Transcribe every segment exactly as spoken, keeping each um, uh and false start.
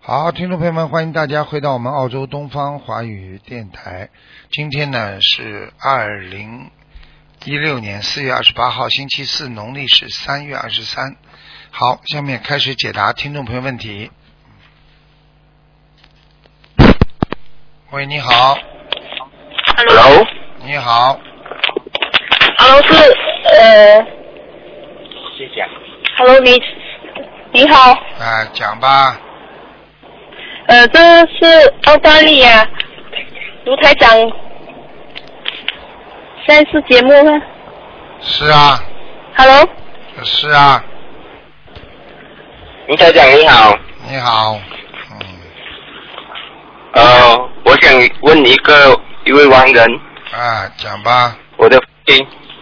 好，听众朋友们，欢迎大家回到我们澳洲东方华语电台。今天呢是二零一六年四月二十八号，星期四，农历是三月二十三。好，下面开始解答听众朋友问题。喂，你好。 Hello。 你好。 Hello， 是呃。 谢谢。 Hello， 你你好。 啊，讲吧。 呃，这是澳大利亚卢台长，现在是节目吗？ 是啊。 Hello。 是啊。 卢台长你好。 你好。嗯。 呃，我想问一个一位亡人。 啊，讲吧。 我的父亲。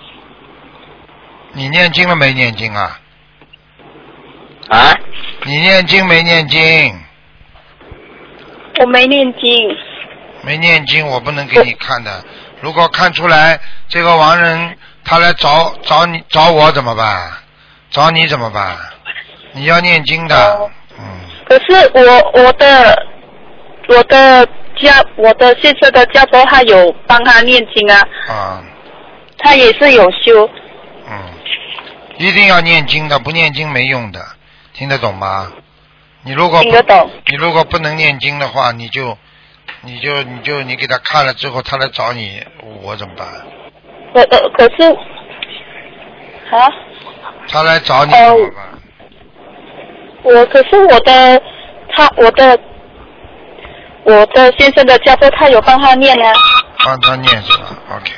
你念经了没念经啊？ 啊？ 你念经没念经？ 我没念经。 没念经，我不能给你看的。如果看出来这个亡人他来找找你找我怎么办？找你怎么办？你要念经的。 哦、 嗯。 可是我我的我的家我的现在的家婆她有帮他念经啊。 啊。 他也是有修。 嗯。一定要念经的，不念经没用的，听得懂吗？你如果听得懂。 你如果不能念经的话，你就你就你就你给他看了之后，他来找你，我怎么办？ 可呃可是啊？ 他来找你怎么办？ 呃、我可是我的他我的我的先生的家婆他有帮他念啊。 帮他念是吧 ？OK。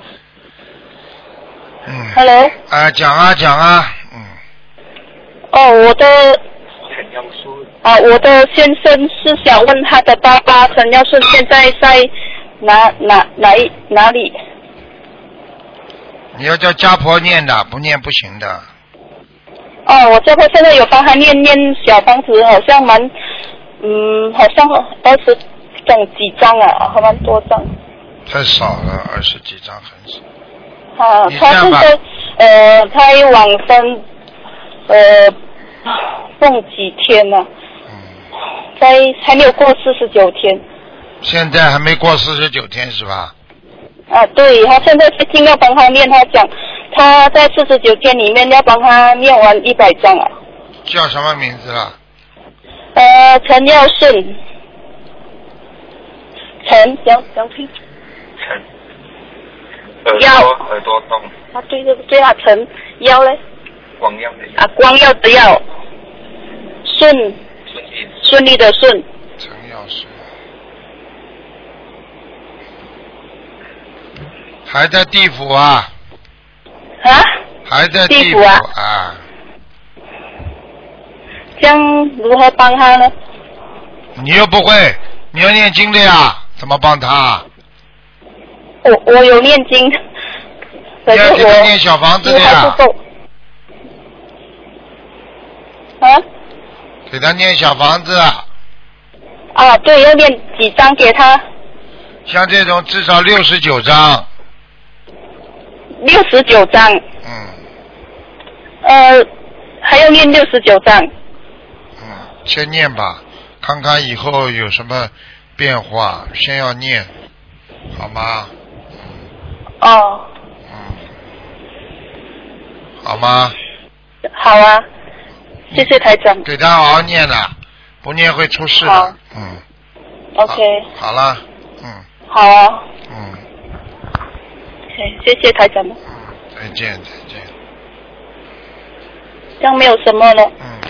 嗯。 Hello。 啊，讲啊讲啊，嗯。 哦，我的。啊，我的先生是想问他的爸爸陈耀顺现在在哪哪哪一哪里？ 你要叫家婆念的，不念不行的。 哦，我家婆现在有帮他念念小房子，好像蛮嗯，好像二十种几张啊，还蛮多张。 太少了，二十几张很少。 啊，他现在呃，他往生呃蹦几天呢、啊？在还没有过四十九天。 现在还没过四十九天是吧？ 啊，对，他现在是听要帮他念，他讲他在四十九天里面要帮他念完一百章啊。 叫什么名字了？ 呃，陈耀顺。陈，讲讲听。 陈。腰。耳朵痛。 啊，对对对啊，陈腰嘞。 光耀的耀。 啊，光耀的耀。顺。 顺利。 顺利的顺。 陈耀顺。还在地府啊？ 啊？ 还在地府啊？ 啊。 这样如何帮他呢？ 你又不会，你要念经的呀，怎么帮他？ 我我有念经，可是我你要给他念小房子的呀。 啊？ 给他念小房子。 啊，对，要念几张给他？ 像这种至少六十九张。 六十九张。 嗯。 呃，还要念六十九张。 嗯，先念吧，看看以后有什么变化，先要念，好吗？ 哦。 嗯。好吗？ 好啊。谢谢台长。 给他好好念了，不念会出事的。嗯。 OK。 好, 好了，嗯。 好啊。 嗯。 OK， 谢谢台长。 嗯，再见再见。 这样没有什么了。 嗯。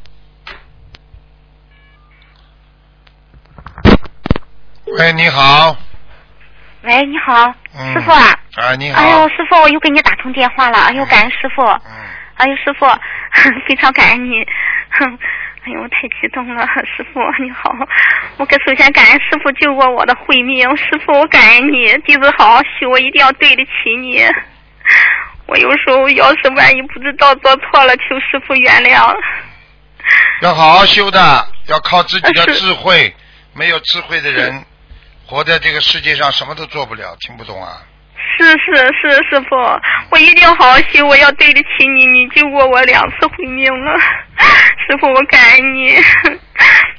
喂，你好。 喂，你好， 嗯、 师傅啊。 啊，你好。 哎呦，师傅，我又给你打通电话了，哎呦，感恩师傅。 嗯。 哎呦，师傅，非常感恩你。哎呦，我太激动了，师傅你好，我可首先感恩师傅救过我的慧命，师傅我感恩你，弟子好好修，我一定要对得起你。我有时候要是万一不知道做错了，求师傅原谅。 要好好修的，要靠自己的智慧，没有智慧的人活在这个世界上什么都做不了，听不懂啊？ 是是是，师傅，我一定要好好修，我要对得起你，你救过我两次慧命了，师傅我感恩你。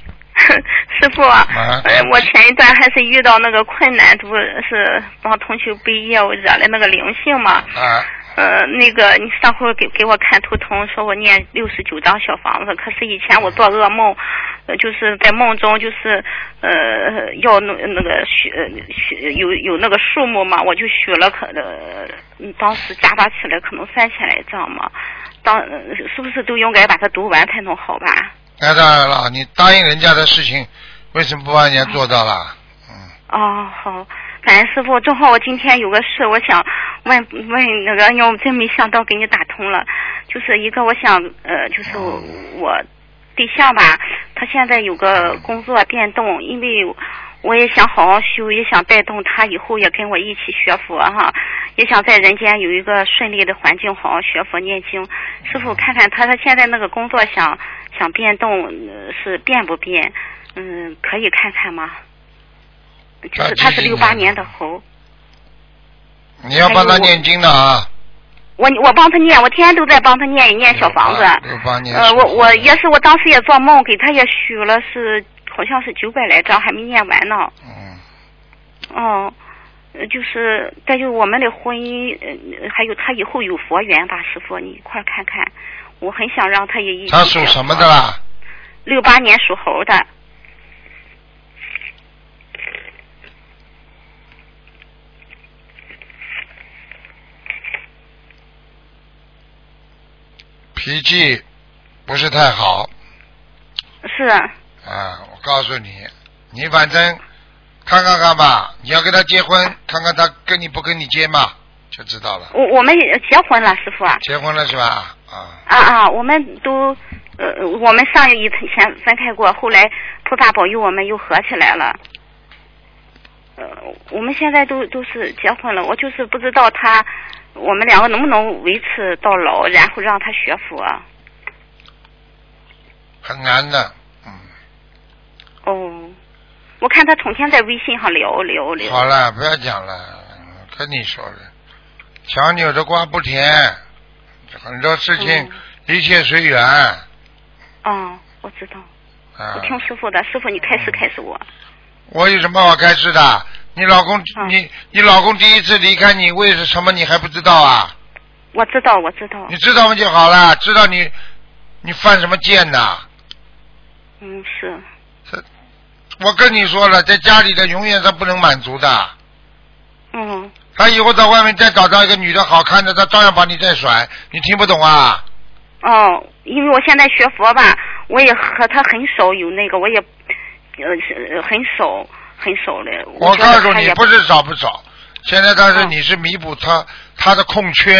师傅，呃，我前一段还是遇到那个困难，不是帮同学毕业，我惹了那个灵性嘛。 啊。 呃，那个你上回给给我看图腾，说我念六十九张小房子，可是以前我做噩梦，呃，就是在梦中就是呃要那那个许许有有那个数目嘛，我就许了，可呃当时加把起来可能三千来张嘛，当是不是都应该把它读完才能好吧？ 那当然了，你答应人家的事情，为什么不把人家做到了？嗯。 哦，好。感恩师傅，正好我今天有个事，我想问问那个，因为我真没想到给你打通了，就是一个我想呃，就是我对象吧，他现在有个工作变动，因为我也想好好修，也想带动他以后也跟我一起学佛哈，也想在人间有一个顺利的环境，好好学佛念经。师傅看看他他现在那个工作想想变动、呃、是变不变？嗯，可以看看吗？就是他是六八年的猴。 你要帮他念经的啊。 我我帮他念，我天天都在帮他念一念小房子。 六八年。 呃，我我也是，我当时也做梦给他也许了是好像是九百来张，还没念完呢。 嗯。 哦，就是再就我们的婚姻，呃，还有他以后有佛缘吧，师傅你一块看看，我很想让他也一起。 他属什么的啦？ 六八年属猴的。 脾气不是太好。 是啊。 啊，我告诉你，你反正看看看吧，你要跟他结婚，看看他跟你不跟你结嘛，就知道了。 我我们结婚了，师傅啊。 结婚了是吧？啊。 啊啊，我们都呃，我们上一次前分开过，后来菩萨保佑我们又合起来了。呃，我们现在都都是结婚了，我就是不知道他。我们两个能不能维持到老，然后让他学佛？ 很难的，嗯。 哦，我看他成天在微信上聊聊聊。 好了，不要讲了，跟你说了，强扭的瓜不甜，很多事情、嗯、一切随缘。 哦，我知道。 啊、 我听师傅的，师傅你开示开示我。 我有什么好开示的？你老公，嗯、你你老公第一次离开你，为什么你还不知道啊？ 我知道，我知道。 你知道吗就好了，知道你你犯什么贱呐？ 嗯，是。 我跟你说了，在家里的永远是不能满足的。 嗯。 他以后在外面再找到一个女的好看的，他照样把你再甩，你听不懂啊？ 哦，因为我现在学佛吧，我也和他很少有那个，我也呃很少。很少了。 我, 我告诉你，不是少不少，现在但是你是弥补他、哦、他的空缺。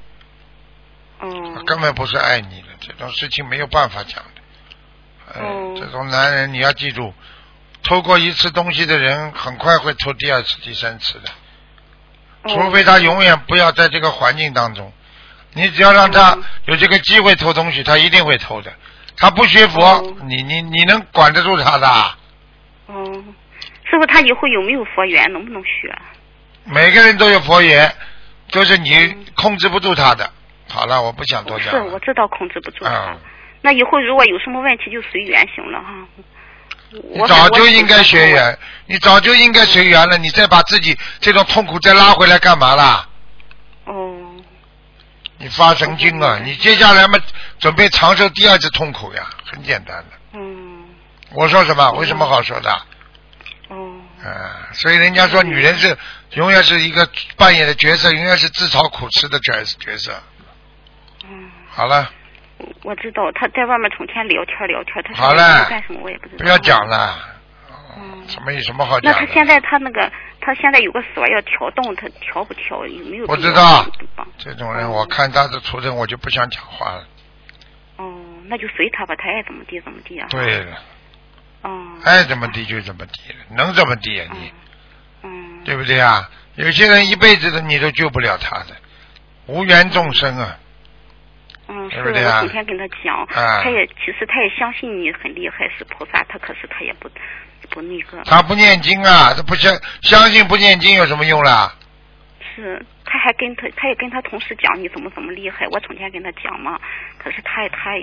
嗯。 根本不是爱你的，这种事情没有办法讲的。哎、嗯，这种男人你要记住，偷过一次东西的人，很快会偷第二次、第三次的。除非他永远不要在这个环境当中，你只要让他有这个机会偷东西，他一定会偷的。他不学佛，嗯、你你你能管得住他的？ 嗯。师傅，他以后有没有佛缘？能不能学？ 每个人都有佛缘，就是你控制不住他的。嗯、好了，我不想多讲。 是，我知道控制不住他。嗯、那以后如果有什么问题，就随缘行了哈。 你早就应该学缘，你早就应该随缘了。你再把自己这种痛苦再拉回来干嘛啦？ 哦。 你发神经啊！你接下来嘛，准备承受第二次痛苦呀，很简单的。 嗯。 我说什么？为什么好说的？ 哦。 啊，所以人家说女人是永远是一个扮演的角色，永远是自讨苦吃的角角色。 嗯。 好了。 我知道他在外面成天聊天聊天，他好了干什么我也不知道。 不要讲了。 嗯。 什么有什么好讲的？ 那他现在他那个他现在有个锁要调动，他调不调？有没有？ 我知道。这种人，我看他的图腾，我就不想讲话了。 哦，那就随他吧，他爱怎么地怎么地啊。 对了。 哦。 爱怎么地就怎么地了，能怎么地啊你？ 嗯。 对不对啊？有些人一辈子的你都救不了他的，无缘众生啊。 嗯，是， 对对啊、 我整天跟他讲， 啊、 他也其实他也相信你很厉害是菩萨，他可是他也不不那个。 他不念经啊，他不相相信不念经有什么用啦？ 是，他还跟他他也跟他同事讲你怎么怎么厉害，我成天跟他讲嘛，可是他他也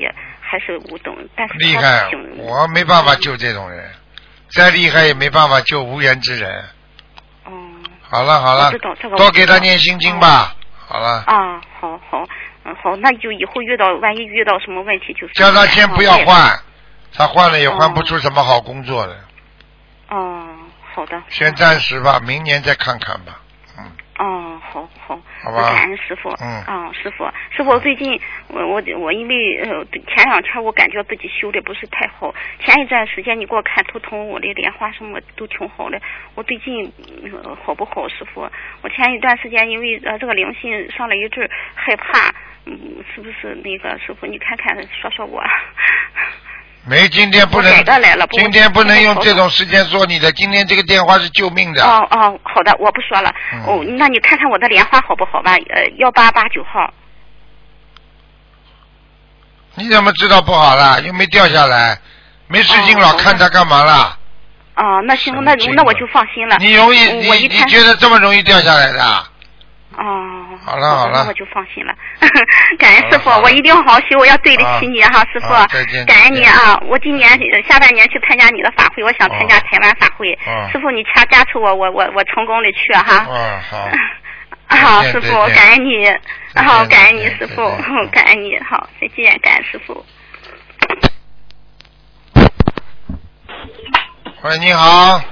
还是无懂，但是厉害，我没办法救这种人，再厉害也没办法救无缘之人。 嗯。 好了好了， 这个、 多给他念心经吧。嗯、好了。 啊，好好，嗯好，那就以后遇到万一遇到什么问题就叫他先不要换，他换了也换不出什么好工作的。 哦，好的。 先暂时吧，明年再看看吧。嗯。 哦，好好。 好吧。 感恩师傅。 嗯。 啊，师傅，师傅，最近我我我因为呃前两天我感觉自己修的不是太好，前一段时间你给我看图腾，我的莲花什么都挺好的。我最近、呃、好不好，师傅？我前一段时间因为呃这个灵性上了一阵害怕，嗯，是不是那个师傅？你看看说说我。 没，今天不能，今天不能用这种时间说你的。今天这个电话是救命的。 哦哦，好的，我不说了。嗯、哦，那你看看我的莲花好不好吧？呃，幺八八九号。 你怎么知道不好了？又没掉下来，没事情老看它干嘛啦？ 哦，那行，那那我就放心了。 你容易，你你觉得这么容易掉下来的？ 哦， 好了好了， 那我就放心了。感恩师傅，我一定好好修，我要对得起你哈，师傅。 再见。 感恩你啊！我今年下半年去参加你的法会，我想参加台湾法会。师傅，你加加持我，我我我成功的去哈。 嗯，好。 好，师傅，感恩你，好，感恩你，师傅，感恩你，好，再见，感恩师傅。 喂，你好。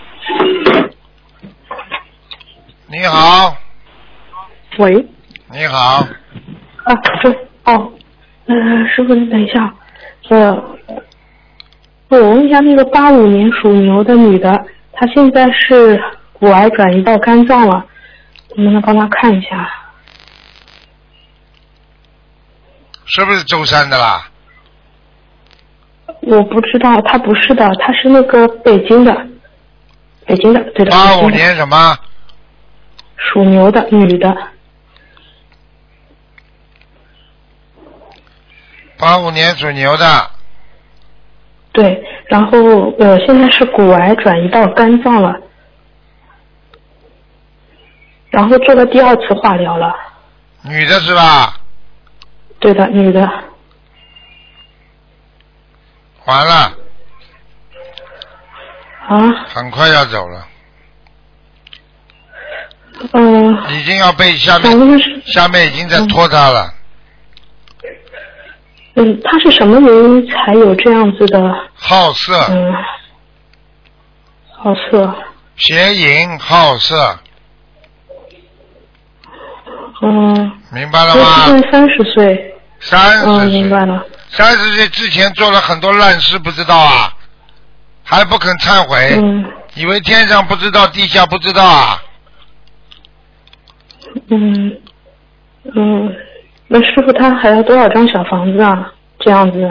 你好。 喂。 你好。 啊，对，哦，呃，师傅，你等一下，呃，我问一下，那个八五年属牛的女的，她现在是骨癌转移到肝脏了，能不能帮她看一下？ 是不是舟山的啦？ 我不知道，她不是的，她是那个北京的，北京的，对的。 八五年什么？ 属牛的女的。 八五年属牛的。 对，然后呃，现在是骨癌转移到肝脏了，然后做了第二次化疗了。 女的是吧？ 对的，女的。 完了。 啊。 很快要走了。 嗯、 呃。已经要被下面下面已经在拖他了。 嗯，他是什么原因才有这样子的？ 好色。 嗯，好色。 邪淫好色。 嗯。 明白了吗？ 他现在三十岁。 三十岁。 嗯，明白了。 三十岁之前做了很多烂事，不知道啊？还不肯忏悔。 嗯。 以为天上不知道，地下不知道啊？ 嗯。嗯。那师傅他还要多少张小房子啊？这样子。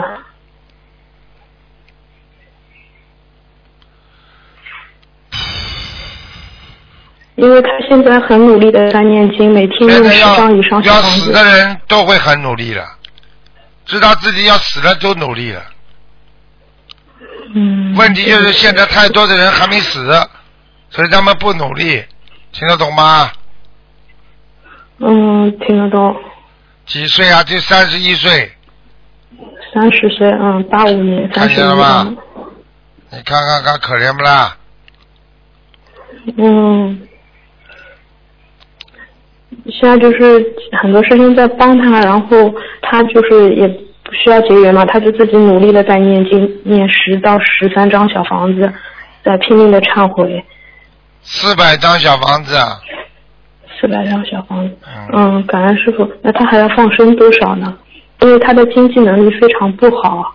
因为他现在很努力的在念经，每天用十张以上小房子。 要死的人都会很努力了，知道自己要死了都努力了。 嗯。 问题就是现在太多的人还没死，所以他们不努力，听得懂吗？ 嗯，听得懂。 几岁啊？就三十一岁。 三十岁，嗯，八五年，三十一岁。看见了吧？ 你看看看，可怜不啦？ 嗯。现在就是很多师兄在帮他，然后他就是也不需要结缘嘛，他就自己努力的在念经，念十到十三张小房子，在拼命的忏悔。 四百张小房子。 四百张小房子，嗯，感恩师傅。那他还要放生多少呢？因为他的经济能力非常不好。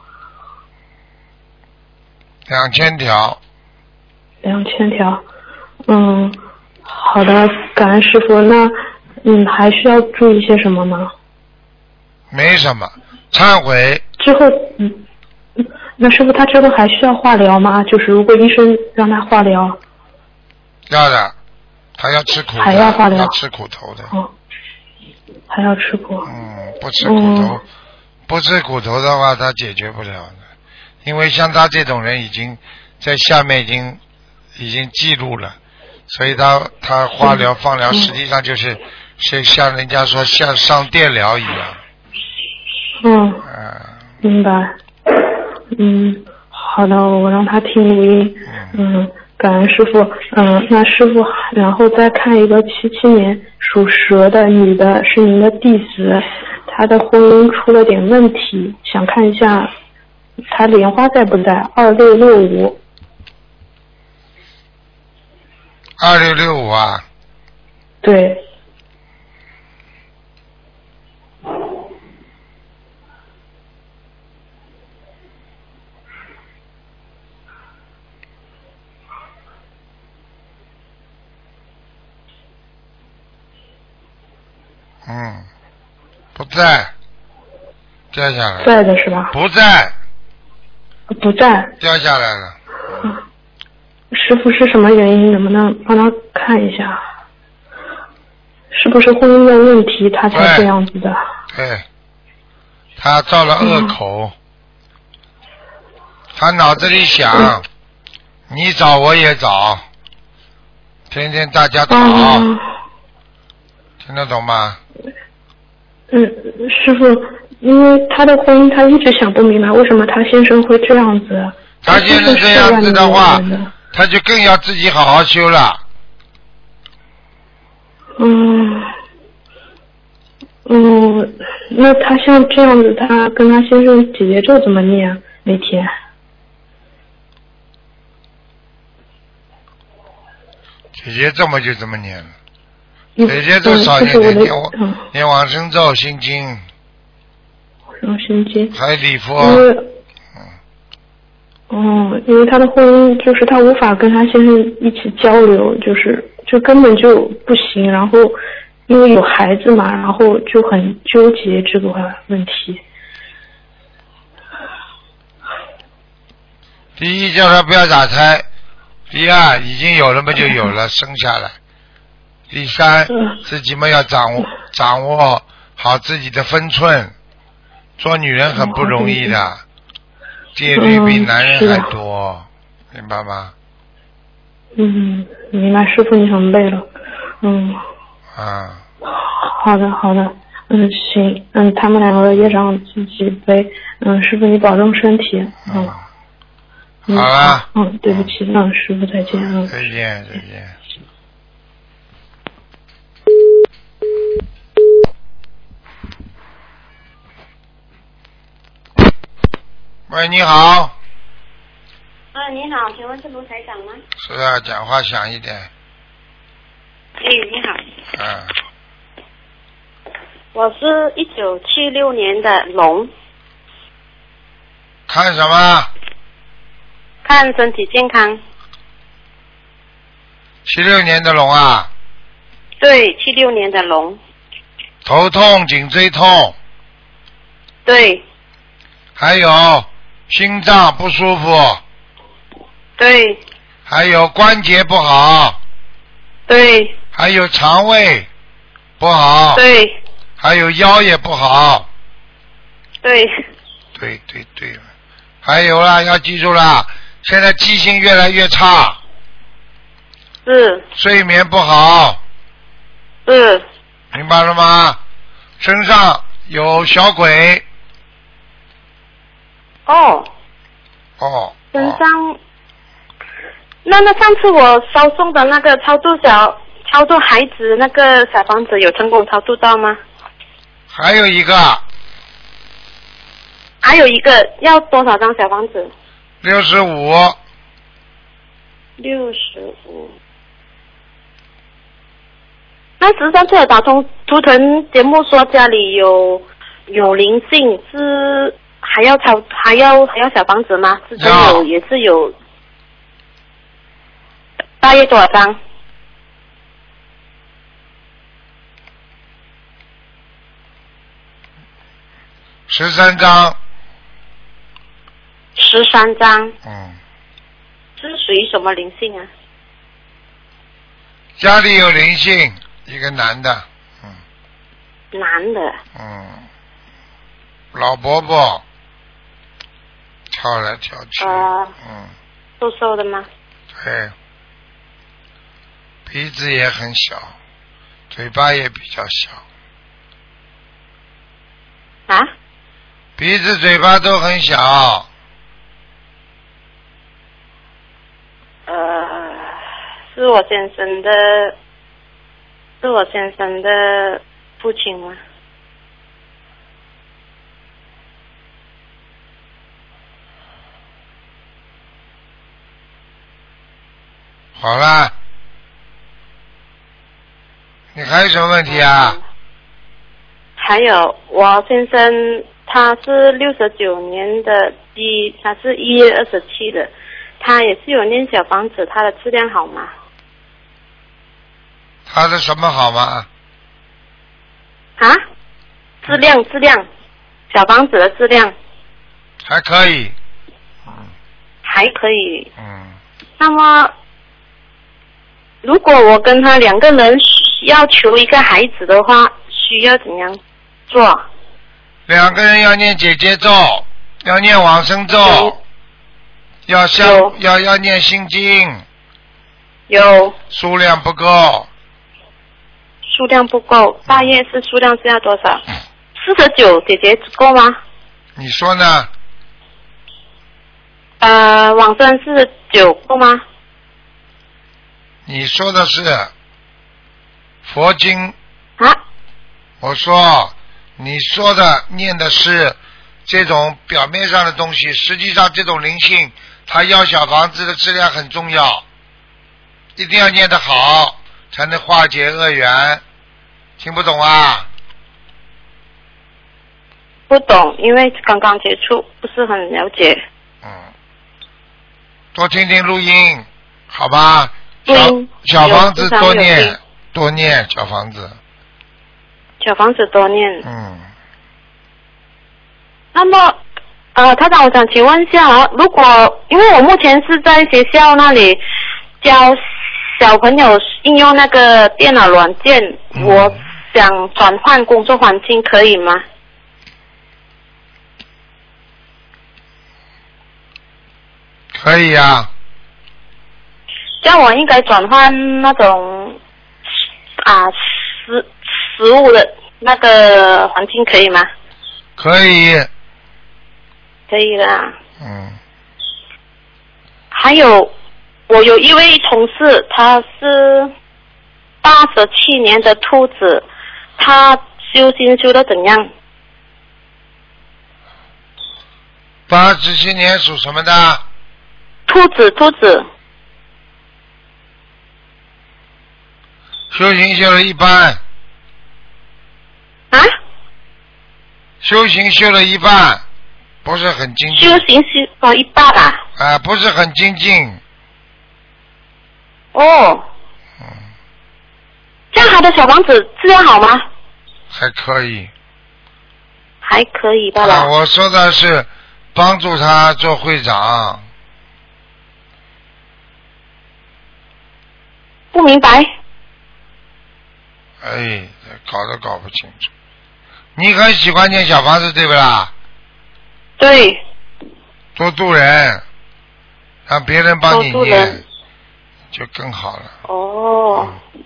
两千条。 两千条，嗯，好的，感恩师傅。那嗯，还需要注意些什么吗？ 没什么，忏悔。 之后，嗯，那师傅他之后还需要化疗吗？就是如果医生让他化疗。 要的。还要吃苦的， 还要化疗， 要吃苦头的。 哦，还要吃苦。 嗯，不吃苦头，嗯、不吃苦头的话，他解决不了的。因为像他这种人，已经在下面已经已经记录了，所以他他化疗、放疗，实际上就是是像人家说像上电疗一样。 嗯。 嗯。 明白。嗯，好的，我让他听录音。嗯，感恩师傅。嗯，那师傅，然后再看一个七七年属蛇的女的，是您的弟子，她的婚姻出了点问题，想看一下她莲花在不在？二六六五。 二六六五啊。 对。 嗯，不在，掉下来了。 在的是吧？ 不在。 不在。 掉下来了。 嗯。师傅是什么原因？能不能帮他看一下？是不是婚姻的问题，他才这样子的？ 对。他造了恶口。嗯、他脑子里想，嗯、你找我也找，天天大家吵。嗯、听得懂吗？ 嗯，师傅，因为他的婚姻，他一直想不明白，为什么他先生会这样子。 他先生这样子的话，他就更要自己好好修了。 嗯，嗯，那他像这样子，他跟他先生姐姐咒怎么念？每天？ 姐姐这么就这么念了。姐姐都少念点，念往念往生咒、心经， 往生经， 还有礼佛。 嗯，哦，因为他的婚姻就是他无法跟他先生一起交流，就是就根本就不行。然后因为有孩子嘛，然后就很纠结这个问题。 第一，叫他不要打胎；第二，已经有了嘛就有了，生下来。第三，自己们要掌握掌握好自己的分寸，做女人很不容易的，戒律比男人还多，嗯、明白吗？ 嗯，明白，师傅你很累了，嗯。 啊。 好的，好的，嗯，行，嗯，他们两个业障自己背，嗯，师傅你保重身体，嗯。 嗯好了。 嗯，对不起，嗯，师傅再见，嗯。 再见，再见。喂，你好。 啊，你好，请问是卢台长吗？ 是啊，讲话响一点。 哎，你好。 啊。 我是一九七六年的龙。 看什么？ 看身体健康。 七六年的龙啊？ 对，七六年的龙。 头痛，颈椎痛。 对。 还有心脏不舒服。 对。 还有关节不好。 对。 还有肠胃不好。 对。 还有腰也不好。 对。 对对对，还有啦，要记住啦，现在记性越来越差。 是。 睡眠不好。 是。 明白了吗？身上有小鬼。 哦。 哦。 身上，那那上次我烧送的那个超度小超度孩子那个小房子有成功超度到吗？ 还有一个。 还有一个要多少张小房子？ 六十五。 六十五。那十三次有打通图腾节目说家里有有灵性，是还要超还要还要小房子吗？之前有也是有。大约多少张？ 十三张。 十三张。 嗯。 这是属于什么灵性啊？ 家里有灵性，一个男的。嗯。 男的。 嗯。老伯伯。跳来跳去。 呃。 嗯。 瘦瘦的吗？ 对。鼻子也很小，嘴巴也比较小。 啊？ 鼻子嘴巴都很小。 呃，是我先生的，是我先生的父亲吗？ 好了，你还有什么问题啊？ 嗯、还有，我先生他是六十九年的鸡，他是一月二十七的，他也是有念小房子，他的质量好吗？ 他的什么好吗？ 啊？质量质量，小房子的质量还可以。嗯。 还可以。 嗯。 那么。如果我跟他两个人要求一个孩子的话，需要怎样做？ 两个人要念姐姐咒，要念往生咒，要相要要念心经。 有。 数量不够。 数量不够，大约是数量是要多少？四十九，姐姐够吗？ 你说呢？ 呃，往生四十九够吗？ 你说的是佛经啊？ 我说你说的念的是这种表面上的东西，实际上这种灵性它要小房子的质量很重要，一定要念得好才能化解恶缘。听不懂啊？ 不懂，因为刚刚接触，不是很了解。 嗯，多听听录音好吧。小小房子多念，多念小房子。 小房子多念。 嗯。 那么，呃，台长，我想请问一下啊，如果因为我目前是在学校那里教小朋友应用那个电脑软件，嗯、我想转换工作环境，可以吗？ 可以呀、啊。 这样我应该转换那种啊食食物的那个环境可以吗？ 可以。 可以啦。 嗯。 还有，我有一位同事，他是八十七年的兔子，他修心修得怎样？ 八十七年属什么的？ 兔子，兔子。 修行修了一半。 啊？ 修行修了一半，不是很精进。 修行修了一半啊？ 啊、呃，不是很精进。 哦。 嗯。 这样他的小房子质量好吗？ 还可以。 还可以吧啦。 啊，我说的是帮助他做会长。 不明白。 哎，搞都搞不清楚。你很喜欢念小房子对不啦？ 对。 多度人，让别人帮你念，就更好了。 哦。嗯、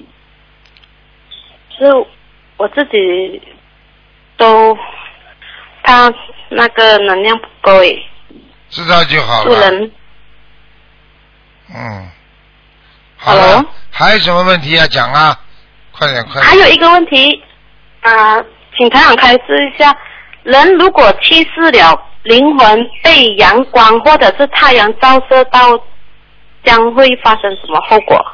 是我自己都怕那个能量不够诶。 知道就好了。 度人。 嗯。好了。Hello? 还有什么问题要讲啊？快点，快点！ 还有一个问题啊、呃，请台长开示一下：人如果去世了，灵魂被阳光或者是太阳照射到，将会发生什么后果？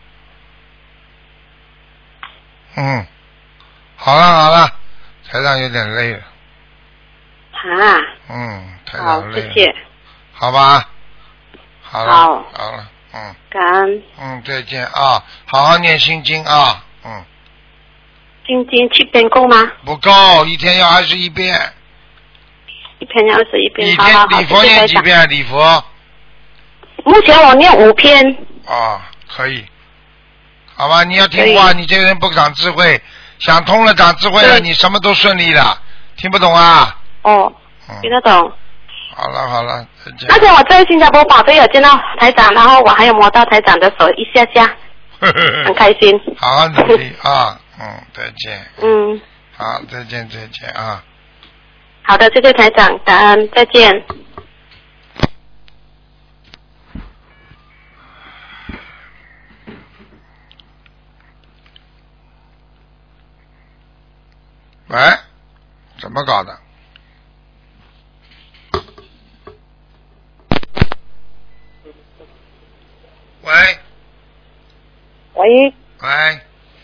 嗯，好了好了，台长有点累了。 啊。 嗯，台长累了。 好，谢谢。 好吧。好了。 好。 好了，嗯。 感恩。 嗯，再见啊！好好念心经啊。嗯， 心经七遍够吗？ 不够，一天要二十一遍。 一天要二十一遍。 一天礼佛念几遍？礼佛。 目前我念五篇。 哦，可以。好吧，你要听话，你这个人不长智慧，想通了长智慧了，你什么都顺利了。听不懂啊？ 哦，听得懂。嗯、 好了好了，再见。 那天我在新加坡法会有见到台长，然后我还有摸到台长的手一下下。很开心。 好好努力啊！嗯，再见。 嗯。 好，再见再见啊。 好的，谢谢台长，感恩，再见。 喂，怎么搞的？喂， 喂， 喂，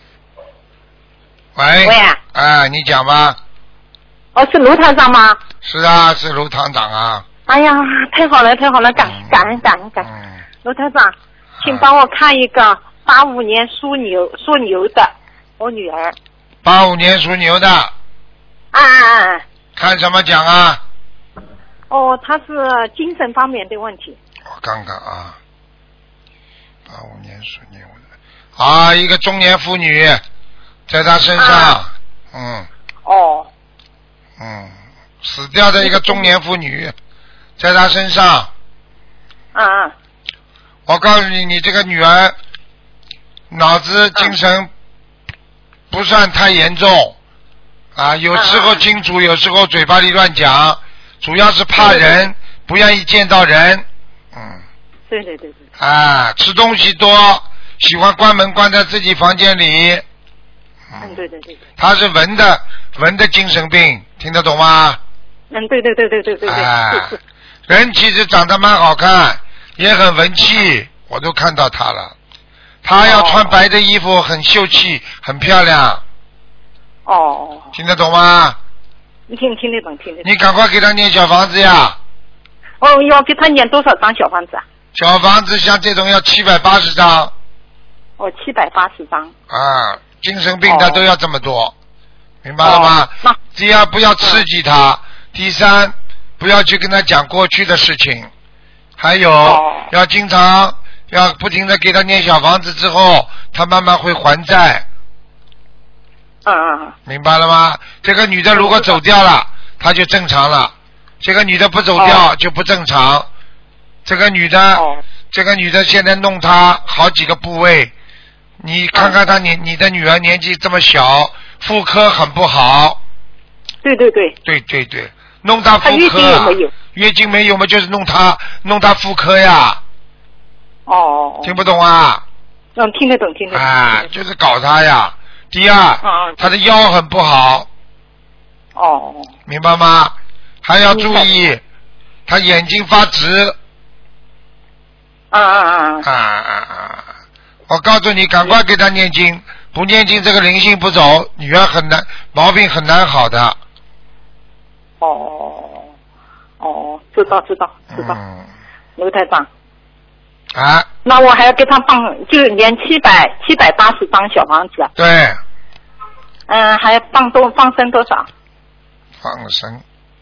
喂， 喂啊， 哎，你讲吧。 哦，是卢台长吗？ 是啊，是卢堂长啊。 哎呀，太好了，太好了，感嗯感恩感恩感恩。 嗯， 卢台长，请帮我看一个八五年属牛属牛的我女儿。 八五年属牛的， 啊啊啊！ 看什么讲啊？ 哦，她是精神方面的问题。 我看看啊，八五年属牛的，啊，一个中年妇女，在她身上， 啊嗯哦， 嗯，死掉的一个中年妇女，在她身上。 啊啊我告诉你，你这个女儿脑子精神不算太严重啊，有时候清楚，有时候嘴巴里乱讲，主要是怕人，不愿意见到人。嗯。 对对对对。 啊，吃东西多，喜欢关门关在自己房间里。 嗯，对对对对。 他是文的文的精神病，听得懂吗？ 嗯，对对对对对对对。 啊是是。 人其实长得蛮好看，也很文气，我都看到他了。他要穿白的衣服，很秀气，很漂亮。 哦。 听得懂吗？ 你听听得懂，听得懂。 你赶快给他念小房子呀！ 哦，要给他念多少张小房子啊？ 小房子像这种要七百八十张。 哦，七百八十张。 啊，精神病他都要这么多，明白了吗？ 哦、 第二，不要刺激他；嗯、第三，不要去跟他讲过去的事情；还有、哦、要经常要不停的给他念小房子，之后他慢慢会还债。 嗯嗯嗯。 明白了吗？这个女的如果走掉了，她就正常了；这个女的不走掉、哦、就不正常。这个女的，哦、这个女的现在弄她好几个部位。你看看她，你你的女儿年纪这么小，妇科很不好。 对对对。 对对对，弄她妇科、啊。月经有没有？月经没有嘛，就是弄她弄她妇科呀。 哦。 听不懂啊？ 嗯，听得懂，听得懂。 啊，就是搞她呀。第二， 嗯、 她的腰很不好。 哦。 明白吗？还要注意，她眼睛发直。 啊啊啊！ 啊啊啊！我告诉你，赶快给他念经，不念经这个灵性不走，女儿很难，毛病很难好的。 哦哦，知道知道知道。 嗯。 卢台长。 啊。 那我还要给他放，就连七百七百八十张小房子。 对。 嗯，还要放多放生多少？ 放生。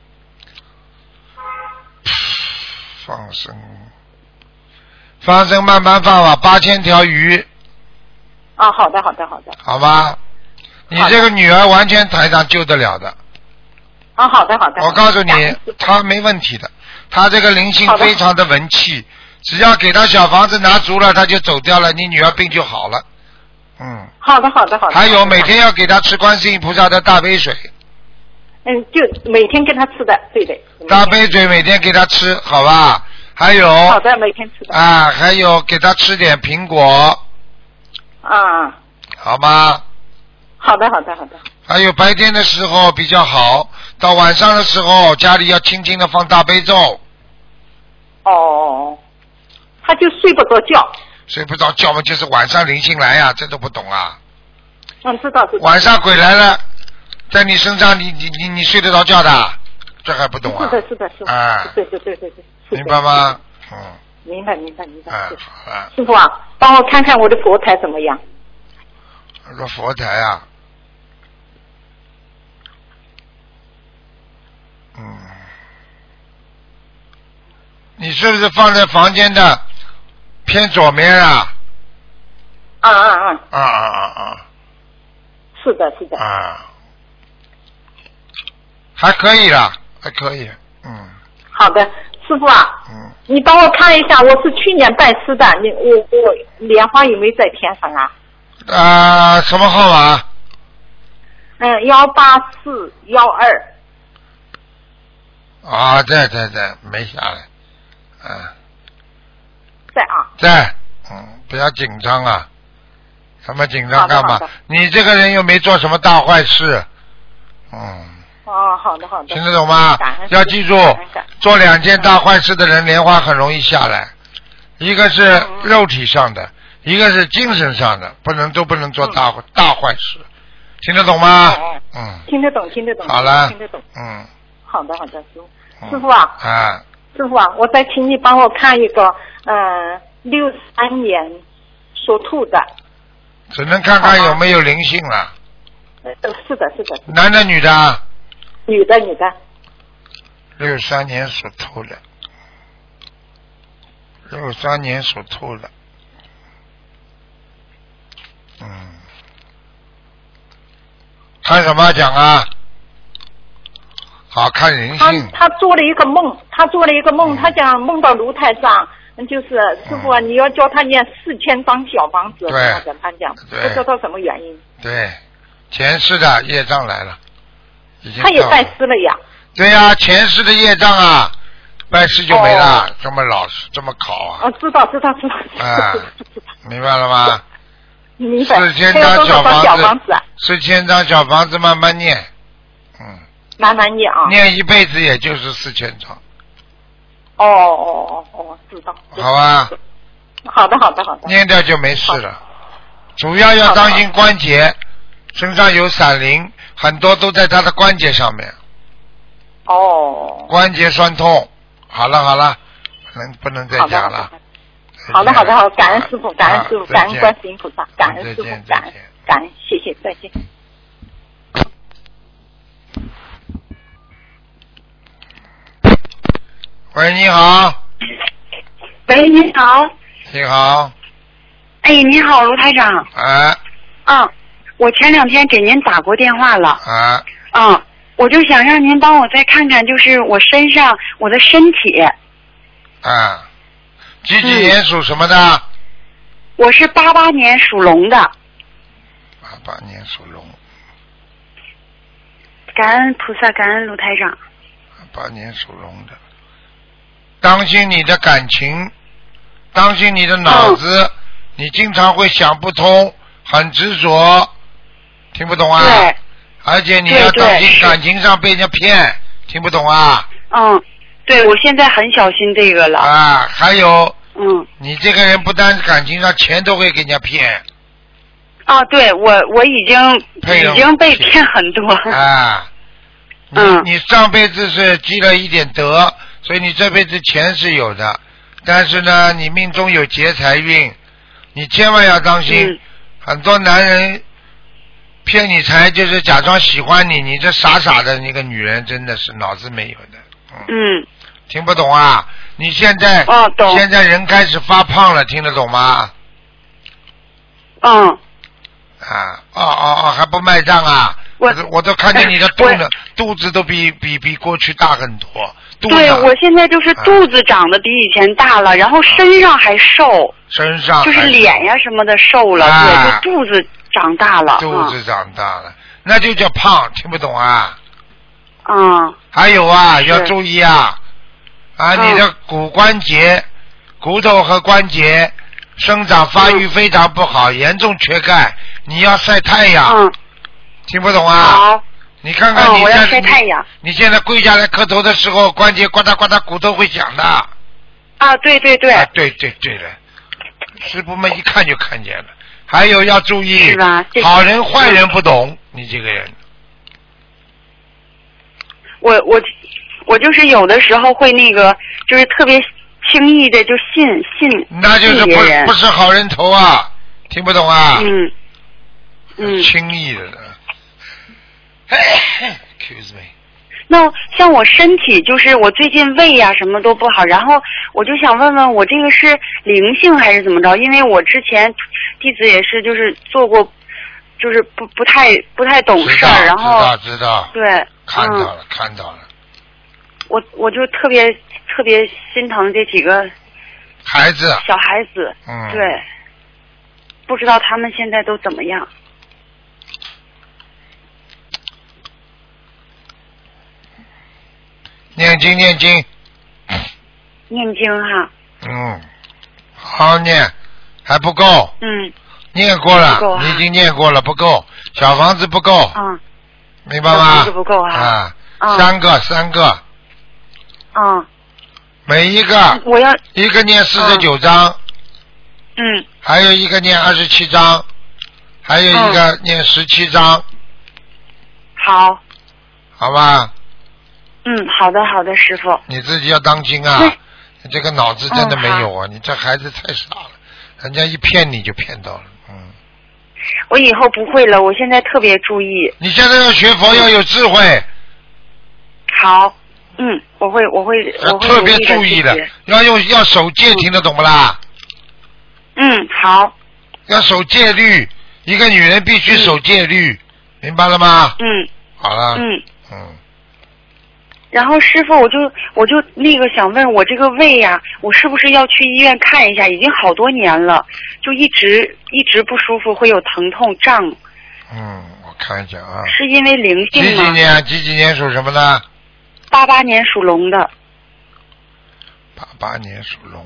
放生。放生慢慢放吧，八千条鱼。 啊，好的，好的，好的。 好吧，你这个女儿完全台上救得了的。 啊，好的，好的。 我告诉你，她没问题的，她这个灵性非常的文气，只要给她小房子拿足了，她就走掉了，你女儿病就好了。嗯。 好的，好的，好的。 还有每天要给她吃观世音菩萨的大杯水。 嗯，就每天给她吃的，对的。 大杯水每天给她吃，好吧？还有好的，每天吃的啊，还有给他吃点苹果啊， 好吗？ 好的，好的，好的。 还有白天的时候比较好，到晚上的时候家里要轻轻的放大悲咒。 哦，他就睡不着觉。 睡不着觉嘛，就是晚上灵性来呀，这都不懂啊。 嗯，知道知道。 晚上鬼来了，在你身上，你你你你睡得着觉的，这还不懂啊？ 是的，是的，是的。 啊， 对对对对对。 明白吗？嗯。 明白明白明白。 啊啊！ 师傅啊，帮我看看我的佛台怎么样？ 我说佛台啊，嗯，你是不是放在房间的偏左面啊？ 啊啊啊！ 啊啊啊啊！ 是的，是的。 啊，还可以啦，还可以，嗯。 好的。师傅啊， 嗯， 你帮我看一下，我是去年拜师的，你我我莲花有没有在天上啊？ 啊、呃，什么号码？ 嗯，幺八四幺二。 啊，在在在，没下来。嗯。 在啊。 在，嗯，不要紧张啊。什么紧张干嘛？你这个人又没做什么大坏事。嗯。 哦，好的好的。 听得懂吗？要记住，做两件大坏事的人，莲花很容易下来。一个是肉体上的，一个是精神上的，不能都不能做大、嗯、大坏事。听得懂吗？嗯。 听得懂，听得懂。 好了。 听得懂。 嗯。 好的好的，师傅。嗯、师傅啊。 啊。 师傅啊，我再请你帮我看一个，呃，六三年属兔的。 只能看看有没有灵性了。 呃，是的，是的。 男的，女的？ 女的，女的。 六三年属兔的。六三年属兔的。嗯。看什么讲啊？好看人性。 他他做了一个梦，他做了一个梦，嗯、他讲梦到卢台长。就是师傅啊，嗯、你要教他念四千张小房子， 对， 他讲，不知道什么原因。 对，前世的业障来了，已经。 他也拜师了呀。 对呀、啊，前世的业障啊，拜师就没了，哦、这么老实，这么考啊。 哦，知道知道知道。 啊，明白了吗？ 明白。 四千张小房子， 小房子四千张小房子慢慢念，嗯。 慢慢念啊。 念一辈子也就是四千张。 哦哦哦哦，知道。 好吧。 好的好的好的。 念掉就没事了，主要要当心关节，身上有闪灵，很多都在他的关节上面。 哦。 关节酸痛，好了好了，不能不能再讲了。 好的好的好的，感恩师傅，感恩师傅，感恩观世音菩萨，感恩师傅，感恩感恩，谢谢，再见。 喂，你好。 喂，你好。 你好。 哎，你好，卢台长。 哎。 啊，我前两天给您打过电话了。 啊。 啊，我就想让您帮我再看看，就是我身上我的身体。 啊。几几年属什么的？ 嗯、我是八八年属龙的。 八八年属龙。 感恩菩萨，感恩卢台长。 八八年属龙的。当心你的感情，当心你的脑子，嗯、你经常会想不通，很执着，听不懂啊？ 对。 而且你要当心感情上被人家骗，听不懂啊？ 嗯，对，我现在很小心这个了。 啊，还有， 嗯， 你这个人不单感情上，钱都会给人家骗。 啊，对，我我已经已经被骗很多。 啊。 嗯。 你上辈子是积了一点德。所以你这辈子钱是有的，但是呢，你命中有劫财运，你千万要当心。嗯、很多男人骗你财，就是假装喜欢你，你这傻傻的那个女人，真的是脑子没有的。嗯。 嗯听不懂啊？你现在哦懂。 现在人开始发胖了，听得懂吗？ 嗯。 啊哦哦哦，还不卖账啊？我我都看见你的肚子，肚子都比比比过去大很多。 对，我现在就是肚子长得比以前大了，啊、然后身上还瘦， 身上就是脸呀什么的瘦了， 啊、 对，就肚子长大了。 肚子长大了，嗯、那就叫胖，听不懂啊？ 嗯。 还有啊，要注意啊，啊，你的骨关节、嗯、骨头和关节生长发育非常不好，嗯、严重缺钙，你要晒太阳。 嗯。 听不懂啊？ 好。 你看看你现在、哦、我要晒太阳。 你现在跪下来磕头的时候，关节呱嗒呱嗒，骨头会响的。 啊，对对对。 啊，对对对了，师傅们一看就看见了。还有要注意， 是吧？ 好人坏人不懂，嗯、你这个人。 我我我就是有的时候会那个，就是特别轻易的就信信。 那就是不不是好人头啊，听不懂啊？ 嗯。嗯。 轻易的。Excuse me。 那像我身体，就是我最近胃呀、啊、什么都不好，然后我就想问问我这个是灵性还是怎么着？因为我之前弟子也是就是做过，就是不不太不太懂事儿，然后知道知道对看到了、嗯、看到了。 我我就特别特别心疼这几个孩子小孩子， 嗯， 对，不知道他们现在都怎么样。 念经念经。 念经哈。 嗯，好好念，还不够。 嗯。 念过了， 不够啊、 你已经念过了，不够，小房子不够。 嗯。 明白吗？ 小房子不够啊。 啊。 嗯、 三个，三个。 嗯。 每一个。 我要。 一个念四十九章。 嗯。 还有一个念二十七章，还有一个念十七章。 好。 好吧。 嗯，好的，好的，师傅。 你自己要当心啊！你这个脑子真的没有啊！ 嗯、 你这孩子太傻了，人家一骗你就骗到了。嗯。 我以后不会了，我现在特别注意。 你现在要学佛要有智慧。 好，嗯，我会，我会，我会特别注意的，要用要守戒，听得懂不啦？ 嗯，好。 要守戒律，一个女人必须守戒律，嗯、明白了吗？ 嗯。 好了。 嗯。 嗯。 然后师傅，我就我就那个想问我这个胃呀、啊，我是不是要去医院看一下？已经好多年了，就一直一直不舒服，会有疼痛胀。 嗯，我看一下啊。 是因为灵性吗？ 几几年？几几年属什么的？ 八八年属龙的。 八八年属龙。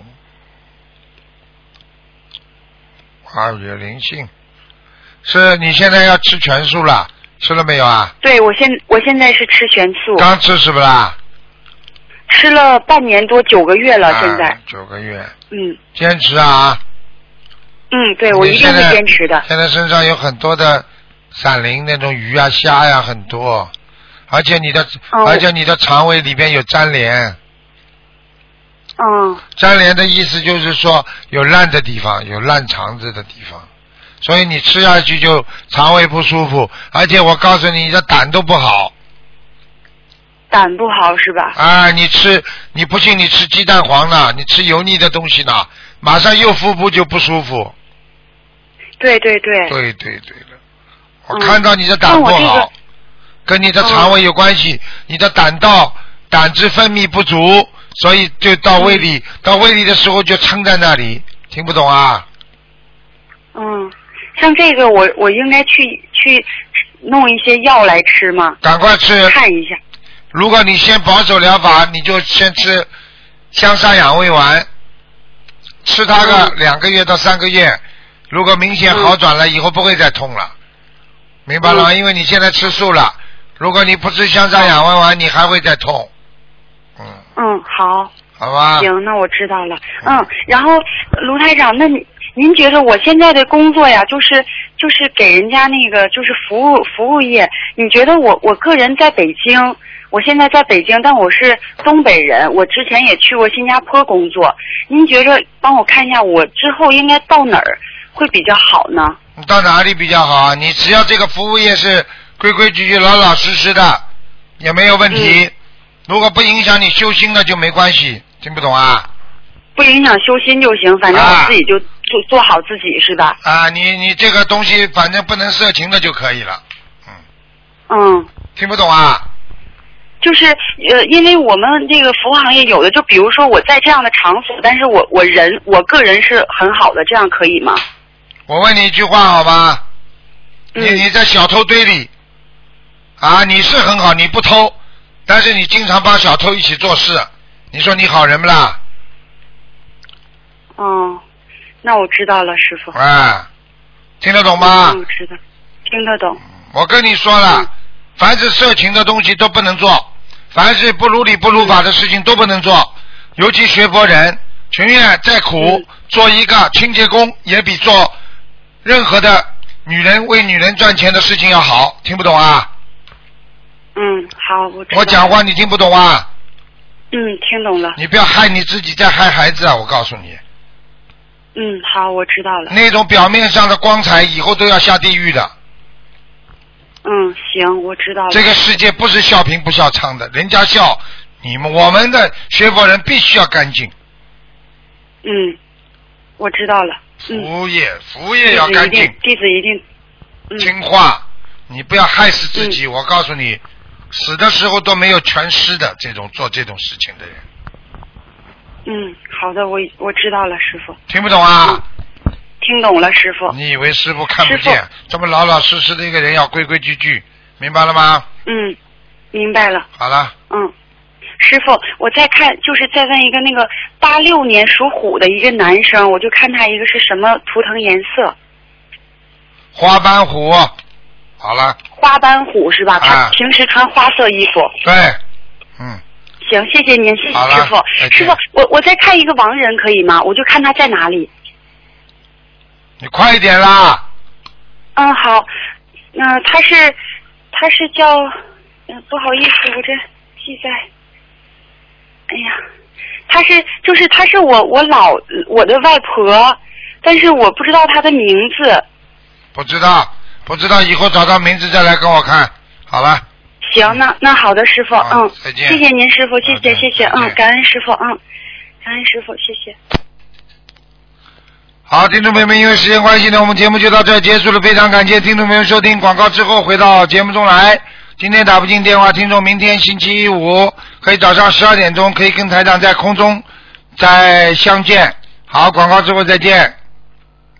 二月灵性，是你现在要吃全素了，吃了没有啊？ 对，我现我现在是吃全素。 刚吃是不啦？ 吃了半年多，九个月了， 啊、 现在。 九个月。 嗯。 坚持啊。 嗯，对，我一定会坚持的。 现在身上有很多的闪灵，那种鱼啊、虾呀、啊、很多，而且你的、哦、而且你的肠胃里边有粘连。 嗯。 粘连的意思就是说有烂的地方，有烂肠子的地方，所以你吃下去就肠胃不舒服，而且我告诉你，你的胆都不好。 胆不好是吧？ 啊，你吃，你不信你吃鸡蛋黄呢，你吃油腻的东西呢，马上右腹部就不舒服。 对对对。 对对对了，我看到你的胆不好， 嗯这个、 跟你的肠胃有关系，嗯、你的胆道胆汁分泌不足，所以就到胃里，嗯、到胃里的时候就撑在那里，听不懂啊？ 嗯，像这个我我应该去去弄一些药来吃吗？ 赶快吃， 看一下。 如果你先保守疗法，你就先吃香砂养胃丸，吃它个两个月到三个月，如果明显好转了，嗯、以后不会再痛了，明白了吗？嗯、因为你现在吃素了，如果你不吃香砂养胃丸，你还会再痛。嗯。 嗯，好。 好吧。 行，那我知道了。嗯，然后卢台长，那你您觉得我现在的工作呀，就是就是给人家那个就是服务服务业，你觉得我我个人在北京？我现在在北京，但我是东北人。我之前也去过新加坡工作。您觉着帮我看一下，我之后应该到哪儿会比较好呢？ 你到哪里比较好啊？你只要这个服务业是规规矩矩、老老实实的，也没有问题。嗯、如果不影响你修心的就没关系，听不懂啊？ 不影响修心就行，反正我自己就做、啊、做好自己是吧？ 啊，你你这个东西反正不能色情的就可以了。嗯。 嗯。 听不懂啊？ 就是呃，因为我们这个服务行业有的，就比如说我在这样的场所，但是我我人我个人是很好的，这样可以吗？ 我问你一句话好吧？ 嗯、 你你在小偷堆里啊，你是很好，你不偷，但是你经常帮小偷一起做事，你说你好人不啦？ 哦，那我知道了，师傅。 啊，听得懂吗？ 嗯，我知道，听得懂。 我跟你说了， 嗯、 凡是色情的东西都不能做。凡是不如理不如法的事情都不能做，尤其学佛人，情愿再苦，嗯、做一个清洁工也比做任何的女人为女人赚钱的事情要好，听不懂啊？ 嗯，好，我知道。 我讲话你听不懂啊？ 嗯，听懂了。 你不要害你自己，再害孩子啊！我告诉你。 嗯，好，我知道了。 那种表面上的光彩，以后都要下地狱的。 嗯，行，我知道了。 这个世界不是笑贫不笑娼的，人家笑，你们我们的学佛人必须要干净。 嗯，我知道了。 服务业，嗯、服务业要干净。 弟子一定。嗯、 听话，你不要害死自己。嗯、我告诉你，死的时候都没有全尸的这种做这种事情的人。 嗯，好的，我我知道了，师傅。 听不懂啊？ 嗯听懂了，师傅。 你以为师傅看不见？这么老老实实的一个人要规规矩矩，明白了吗？ 嗯，明白了。 好了。 嗯， 师傅，我再看，就是再问一个那个八六年属虎的一个男生，我就看他一个是什么图腾颜色？ 花斑虎。好了。 花斑虎是吧？他平时穿花色衣服。 对，嗯。 行，谢谢您，谢谢师傅。师傅，我我再看一个亡人可以吗？我就看他在哪里。 你快一点啦。 嗯，好。那、呃、他是他是叫，嗯、呃，不好意思，我这记在。哎呀，他是就是他是我我老我的外婆，但是我不知道他的名字。 不知道，不知道，以后找到名字再来跟我看，好了。 行，那那好的，师傅，嗯， 再见。 谢谢您，师傅，谢谢谢谢，嗯，感恩师傅，嗯，感恩师傅，谢谢。 好，听众朋友们，因为时间关系呢，我们节目就到这儿结束了。非常感谢听众朋友收听广告之后回到节目中来。今天打不进电话，听众明天星期五可以早上十二点钟可以跟台长在空中再相见。好，广告之后再见。